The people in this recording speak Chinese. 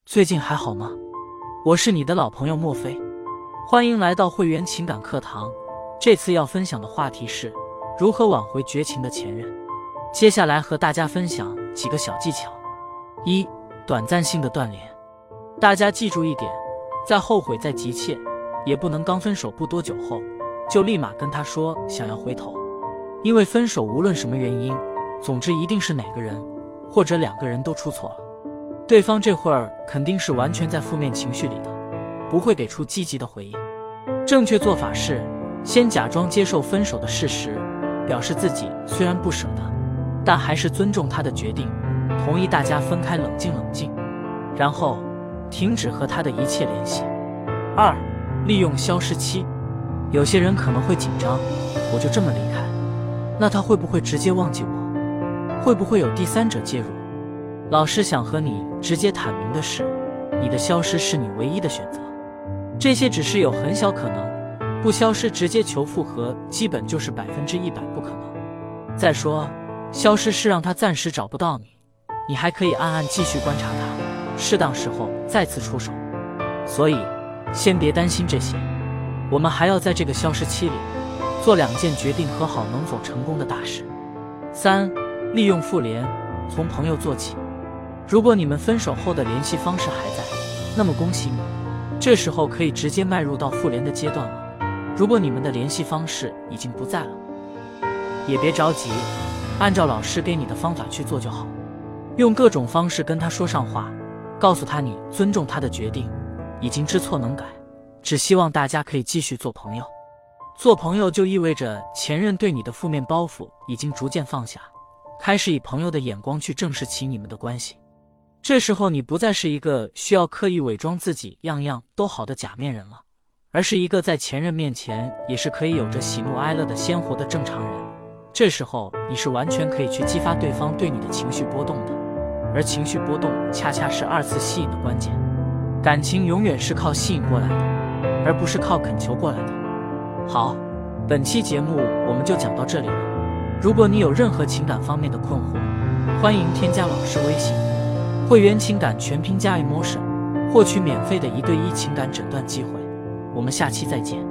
最近还好吗？我是你的老朋友莫非，欢迎来到会员情感课堂。这次要分享的话题是如何挽回绝情的前任。接下来和大家分享几个小技巧。一、短暂性的断联。大家记住一点，再后悔再急切，也不能刚分手不多久后就立马跟他说想要回头，因为分手无论什么原因，总之一定是哪个人或者两个人都出错了。对方这会儿肯定是完全在负面情绪里的，不会给出积极的回应。正确做法是先假装接受分手的事实，表示自己虽然不舍得，但还是尊重他的决定，同意大家分开冷静冷静，然后停止和他的一切联系。二、利用消失期。有些人可能会紧张，我就这么离开，那他会不会直接忘记我？会不会有第三者介入？老师想和你直接坦明的是，你的消失是你唯一的选择，这些只是有很小可能，不消失直接求复合基本就是100%不可能。再说消失是让他暂时找不到你，你还可以暗暗继续观察他，适当时候再次出手。所以先别担心这些，我们还要在这个消失期里做2件决定和好能否成功的大事。3、利用复联，从朋友做起。如果你们分手后的联系方式还在，那么恭喜你，这时候可以直接迈入到复联的阶段了。如果你们的联系方式已经不在了，也别着急，按照老师给你的方法去做就好，用各种方式跟他说上话，告诉他你尊重他的决定，已经知错能改，只希望大家可以继续做朋友。做朋友就意味着前任对你的负面包袱已经逐渐放下，开始以朋友的眼光去正视起你们的关系。这时候你不再是一个需要刻意伪装自己样样都好的假面人了，而是一个在前任面前也是可以有着喜怒哀乐的鲜活的正常人。这时候你是完全可以去激发对方对你的情绪波动的，而情绪波动恰恰是2次吸引的关键。感情永远是靠吸引过来的，而不是靠恳求过来的。好，本期节目我们就讲到这里了。如果你有任何情感方面的困惑，欢迎添加老师微信会员情感全拼加 emotion， 获取免费的1对1情感诊断机会。我们下期再见。